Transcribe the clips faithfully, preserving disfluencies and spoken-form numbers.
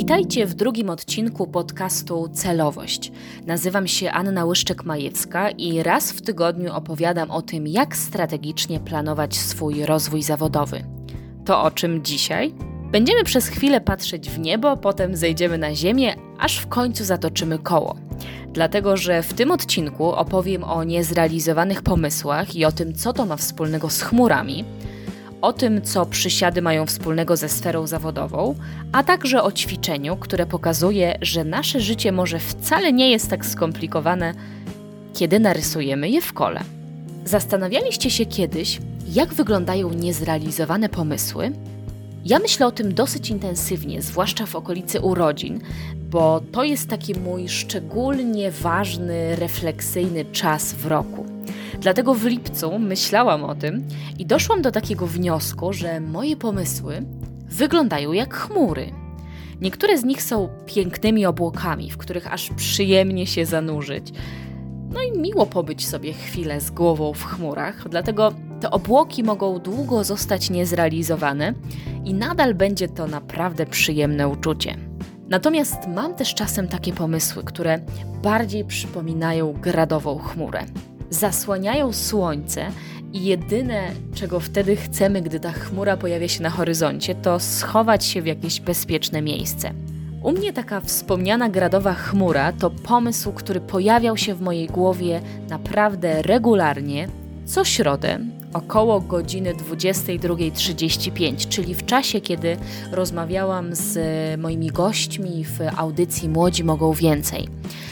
Witajcie w drugim odcinku podcastu Celowość. Nazywam się Anna Łyszczyk-Majewska i raz w tygodniu opowiadam o tym, jak strategicznie planować swój rozwój zawodowy. To o czym dzisiaj? Będziemy przez chwilę patrzeć w niebo, potem zejdziemy na ziemię, aż w końcu zatoczymy koło. Dlatego, że w tym odcinku opowiem o niezrealizowanych pomysłach i o tym, co to ma wspólnego z chmurami, o tym, co przysiady mają wspólnego ze sferą zawodową, a także o ćwiczeniu, które pokazuje, że nasze życie może wcale nie jest tak skomplikowane, kiedy narysujemy je w kole. Zastanawialiście się kiedyś, jak wyglądają niezrealizowane pomysły? Ja myślę o tym dosyć intensywnie, zwłaszcza w okolicy urodzin, bo to jest taki mój szczególnie ważny, refleksyjny czas w roku. Dlatego w lipcu myślałam o tym i doszłam do takiego wniosku, że moje pomysły wyglądają jak chmury. Niektóre z nich są pięknymi obłokami, w których aż przyjemnie się zanurzyć. No i miło pobyć sobie chwilę z głową w chmurach, dlatego te obłoki mogą długo zostać niezrealizowane i nadal będzie to naprawdę przyjemne uczucie. Natomiast mam też czasem takie pomysły, które bardziej przypominają gradową chmurę. Zasłaniają słońce i jedyne, czego wtedy chcemy, gdy ta chmura pojawia się na horyzoncie, to schować się w jakieś bezpieczne miejsce. U mnie taka wspomniana gradowa chmura to pomysł, który pojawiał się w mojej głowie naprawdę regularnie, co środę, około godziny dwudziestej drugiej trzydzieści pięć, czyli w czasie, kiedy rozmawiałam z moimi gośćmi w audycji Młodzi Mogą Więcej.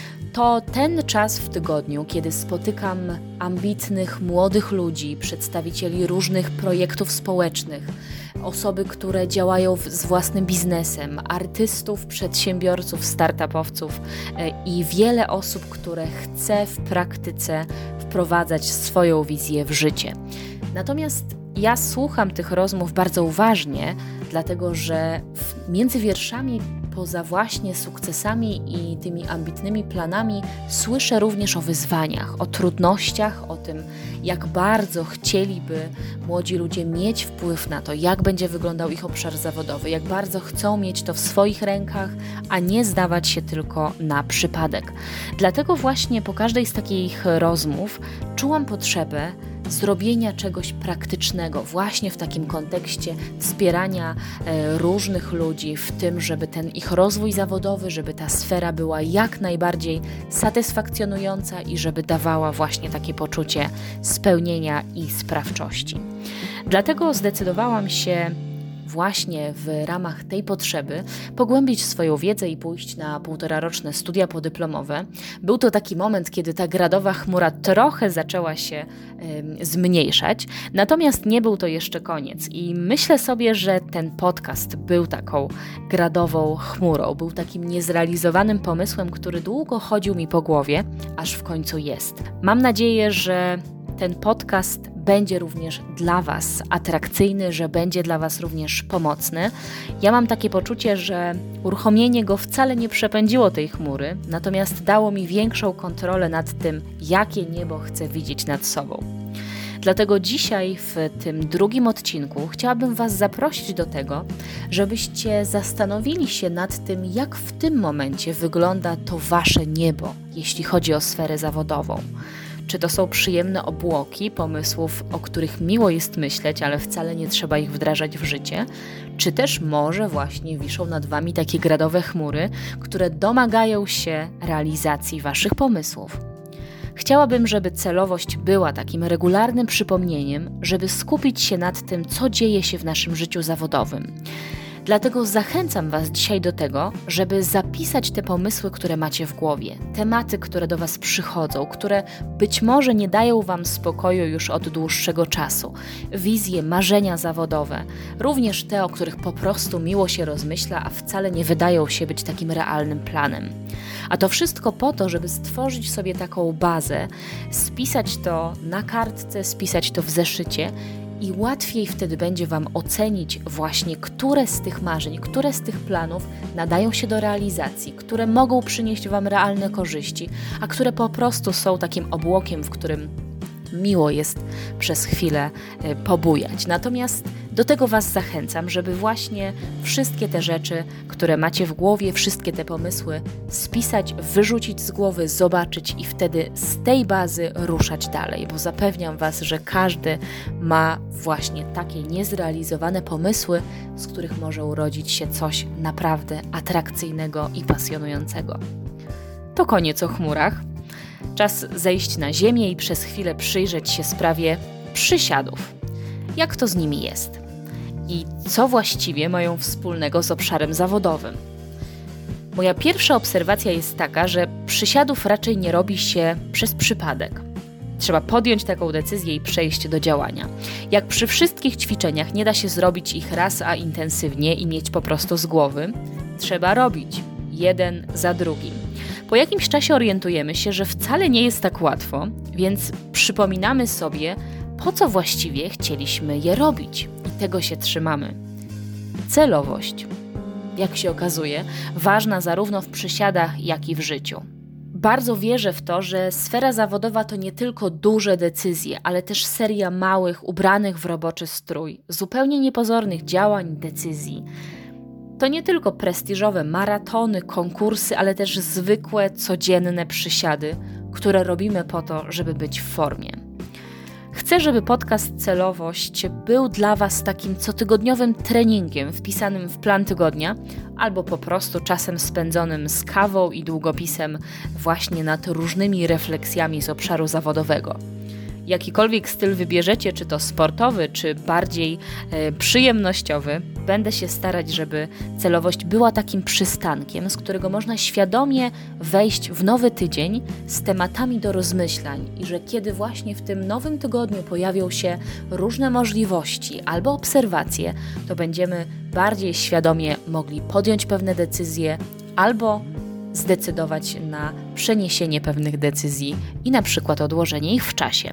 To ten czas w tygodniu, kiedy spotykam ambitnych, młodych ludzi, przedstawicieli różnych projektów społecznych, osoby, które działają w, z własnym biznesem, artystów, przedsiębiorców, startupowców i wiele osób, które chce w praktyce wprowadzać swoją wizję w życie. Natomiast ja słucham tych rozmów bardzo uważnie, dlatego że w, między wierszami poza właśnie sukcesami i tymi ambitnymi planami słyszę również o wyzwaniach, o trudnościach, o tym, jak bardzo chcieliby młodzi ludzie mieć wpływ na to, jak będzie wyglądał ich obszar zawodowy, jak bardzo chcą mieć to w swoich rękach, a nie zdawać się tylko na przypadek. Dlatego właśnie po każdej z takich rozmów czułam potrzebę zrobienia czegoś praktycznego właśnie w takim kontekście wspierania e, różnych ludzi w tym, żeby ten ich rozwój zawodowy, żeby ta sfera była jak najbardziej satysfakcjonująca i żeby dawała właśnie takie poczucie spełnienia i sprawczości. Dlatego zdecydowałam się właśnie w ramach tej potrzeby pogłębić swoją wiedzę i pójść na półtoraroczne studia podyplomowe. Był to taki moment, kiedy ta gradowa chmura trochę zaczęła się y, zmniejszać, natomiast nie był to jeszcze koniec i myślę sobie, że ten podcast był taką gradową chmurą, był takim niezrealizowanym pomysłem, który długo chodził mi po głowie, aż w końcu jest. Mam nadzieję, że ten podcast będzie również dla Was atrakcyjny, że będzie dla Was również pomocny. Ja mam takie poczucie, że uruchomienie go wcale nie przepędziło tej chmury, natomiast dało mi większą kontrolę nad tym, jakie niebo chcę widzieć nad sobą. Dlatego dzisiaj w tym drugim odcinku chciałabym Was zaprosić do tego, żebyście zastanowili się nad tym, jak w tym momencie wygląda to Wasze niebo, jeśli chodzi o sferę zawodową. Czy to są przyjemne obłoki pomysłów, o których miło jest myśleć, ale wcale nie trzeba ich wdrażać w życie? Czy też może właśnie wiszą nad Wami takie gradowe chmury, które domagają się realizacji Waszych pomysłów? Chciałabym, żeby celowość była takim regularnym przypomnieniem, żeby skupić się nad tym, co dzieje się w naszym życiu zawodowym. Dlatego zachęcam Was dzisiaj do tego, żeby zapisać te pomysły, które macie w głowie, tematy, które do Was przychodzą, które być może nie dają Wam spokoju już od dłuższego czasu, wizje, marzenia zawodowe, również te, o których po prostu miło się rozmyśla, a wcale nie wydają się być takim realnym planem. A to wszystko po to, żeby stworzyć sobie taką bazę, spisać to na kartce, spisać to w zeszycie i łatwiej wtedy będzie Wam ocenić właśnie, które z tych marzeń, które z tych planów nadają się do realizacji, które mogą przynieść Wam realne korzyści, a które po prostu są takim obłokiem, w którym miło jest przez chwilę pobujać. Natomiast do tego Was zachęcam, żeby właśnie wszystkie te rzeczy, które macie w głowie, wszystkie te pomysły spisać, wyrzucić z głowy, zobaczyć i wtedy z tej bazy ruszać dalej, bo zapewniam Was, że każdy ma właśnie takie niezrealizowane pomysły, z których może urodzić się coś naprawdę atrakcyjnego i pasjonującego. To koniec o chmurach. Czas zejść na ziemię i przez chwilę przyjrzeć się sprawie przysiadów. Jak to z nimi jest? I co właściwie mają wspólnego z obszarem zawodowym? Moja pierwsza obserwacja jest taka, że przysiadów raczej nie robi się przez przypadek. Trzeba podjąć taką decyzję i przejść do działania. Jak przy wszystkich ćwiczeniach nie da się zrobić ich raz a intensywnie i mieć po prostu z głowy, trzeba robić jeden za drugim. Po jakimś czasie orientujemy się, że wcale nie jest tak łatwo, więc przypominamy sobie, po co właściwie chcieliśmy je robić i tego się trzymamy. Celowość, jak się okazuje, ważna zarówno w przysiadach, jak i w życiu. Bardzo wierzę w to, że sfera zawodowa to nie tylko duże decyzje, ale też seria małych, ubranych w roboczy strój, zupełnie niepozornych działań, decyzji. To nie tylko prestiżowe maratony, konkursy, ale też zwykłe, codzienne przysiady, które robimy po to, żeby być w formie. Chcę, żeby podcast Celowość był dla Was takim cotygodniowym treningiem wpisanym w plan tygodnia albo po prostu czasem spędzonym z kawą i długopisem właśnie nad różnymi refleksjami z obszaru zawodowego. Jakikolwiek styl wybierzecie, czy to sportowy, czy bardziej e, przyjemnościowy, będę się starać, żeby celowość była takim przystankiem, z którego można świadomie wejść w nowy tydzień z tematami do rozmyślań i że kiedy właśnie w tym nowym tygodniu pojawią się różne możliwości albo obserwacje, to będziemy bardziej świadomie mogli podjąć pewne decyzje albo zdecydować na przeniesienie pewnych decyzji i na przykład odłożenie ich w czasie.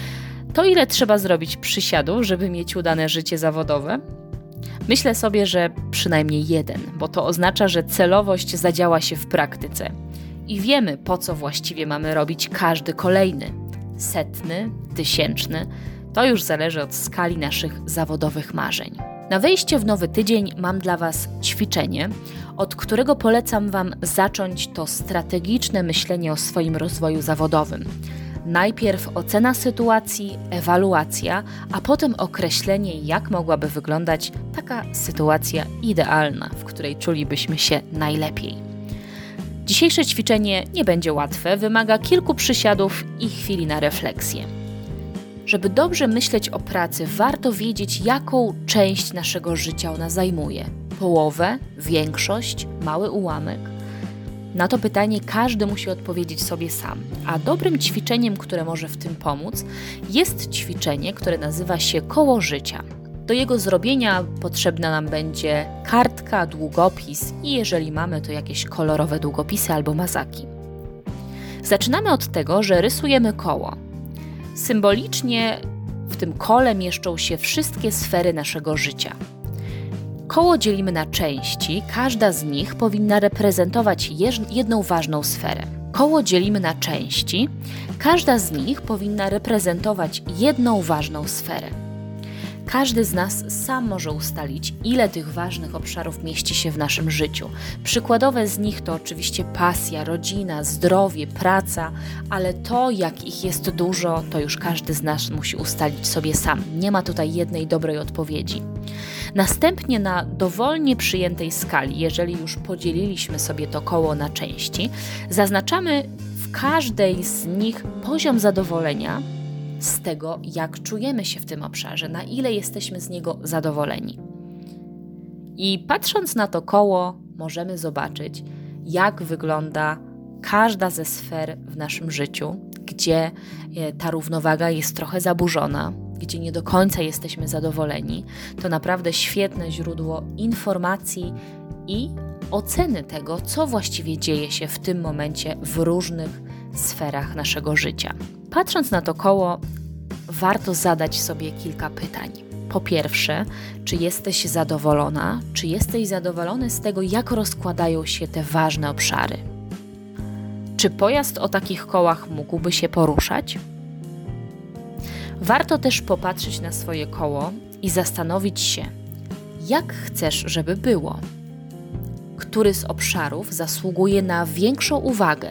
To ile trzeba zrobić przysiadów, żeby mieć udane życie zawodowe? Myślę sobie, że przynajmniej jeden, bo to oznacza, że celowość zadziała się w praktyce i wiemy, po co właściwie mamy robić każdy kolejny. Setny, tysięczny, to już zależy od skali naszych zawodowych marzeń. Na wejście w nowy tydzień mam dla Was ćwiczenie, od którego polecam Wam zacząć to strategiczne myślenie o swoim rozwoju zawodowym. Najpierw ocena sytuacji, ewaluacja, a potem określenie, jak mogłaby wyglądać taka sytuacja idealna, w której czulibyśmy się najlepiej. Dzisiejsze ćwiczenie nie będzie łatwe, wymaga kilku przysiadów i chwili na refleksję. Żeby dobrze myśleć o pracy, warto wiedzieć, jaką część naszego życia ona zajmuje. Połowę, większość, mały ułamek? Na to pytanie każdy musi odpowiedzieć sobie sam, a dobrym ćwiczeniem, które może w tym pomóc, jest ćwiczenie, które nazywa się koło życia. Do jego zrobienia potrzebna nam będzie kartka, długopis i jeżeli mamy, to jakieś kolorowe długopisy albo mazaki. Zaczynamy od tego, że rysujemy koło. Symbolicznie w tym kole mieszczą się wszystkie sfery naszego życia. Koło dzielimy na części, każda z nich powinna reprezentować jedną ważną sferę. Koło dzielimy na części, każda z nich powinna reprezentować jedną ważną sferę. Każdy z nas sam może ustalić, ile tych ważnych obszarów mieści się w naszym życiu. Przykładowe z nich to oczywiście pasja, rodzina, zdrowie, praca, ale to, jak ich jest dużo, to już każdy z nas musi ustalić sobie sam. Nie ma tutaj jednej dobrej odpowiedzi. Następnie na dowolnie przyjętej skali, jeżeli już podzieliliśmy sobie to koło na części, zaznaczamy w każdej z nich poziom zadowolenia z tego, jak czujemy się w tym obszarze, na ile jesteśmy z niego zadowoleni. I patrząc na to koło, możemy zobaczyć, jak wygląda każda ze sfer w naszym życiu, gdzie ta równowaga jest trochę zaburzona, gdzie nie do końca jesteśmy zadowoleni. To naprawdę świetne źródło informacji i oceny tego, co właściwie dzieje się w tym momencie w różnych sferach naszego życia. Patrząc na to koło, warto zadać sobie kilka pytań. Po pierwsze, czy jesteś zadowolona, czy jesteś zadowolony z tego, jak rozkładają się te ważne obszary? Czy pojazd o takich kołach mógłby się poruszać? Warto też popatrzeć na swoje koło i zastanowić się, jak chcesz, żeby było. Który z obszarów zasługuje na większą uwagę?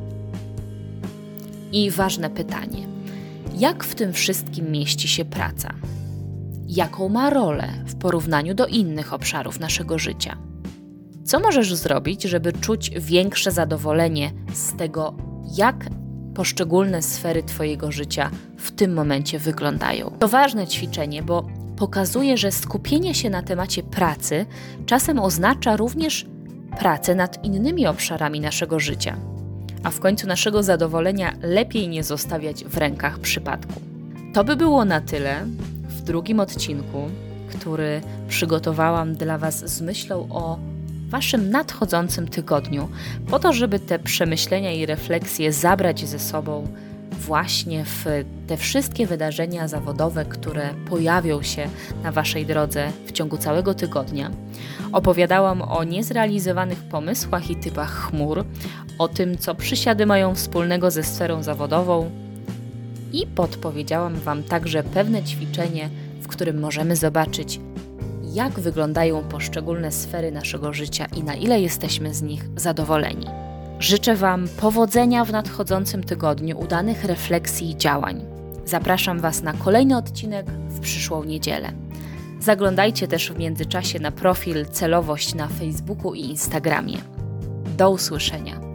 I ważne pytanie, jak w tym wszystkim mieści się praca? Jaką ma rolę w porównaniu do innych obszarów naszego życia? Co możesz zrobić, żeby czuć większe zadowolenie z tego, jak poszczególne sfery Twojego życia w tym momencie wyglądają? To ważne ćwiczenie, bo pokazuje, że skupienie się na temacie pracy czasem oznacza również pracę nad innymi obszarami naszego życia, a w końcu naszego zadowolenia lepiej nie zostawiać w rękach przypadku. To by było na tyle w drugim odcinku, który przygotowałam dla Was z myślą o Waszym nadchodzącym tygodniu, po to, żeby te przemyślenia i refleksje zabrać ze sobą właśnie w te wszystkie wydarzenia zawodowe, które pojawią się na Waszej drodze w ciągu całego tygodnia. Opowiadałam o niezrealizowanych pomysłach i typach chmur, o tym, co przysiady mają wspólnego ze sferą zawodową i podpowiedziałam Wam także pewne ćwiczenie, w którym możemy zobaczyć, jak wyglądają poszczególne sfery naszego życia i na ile jesteśmy z nich zadowoleni. Życzę Wam powodzenia w nadchodzącym tygodniu, udanych refleksji i działań. Zapraszam Was na kolejny odcinek w przyszłą niedzielę. Zaglądajcie też w międzyczasie na profil Celowość na Facebooku i Instagramie. Do usłyszenia.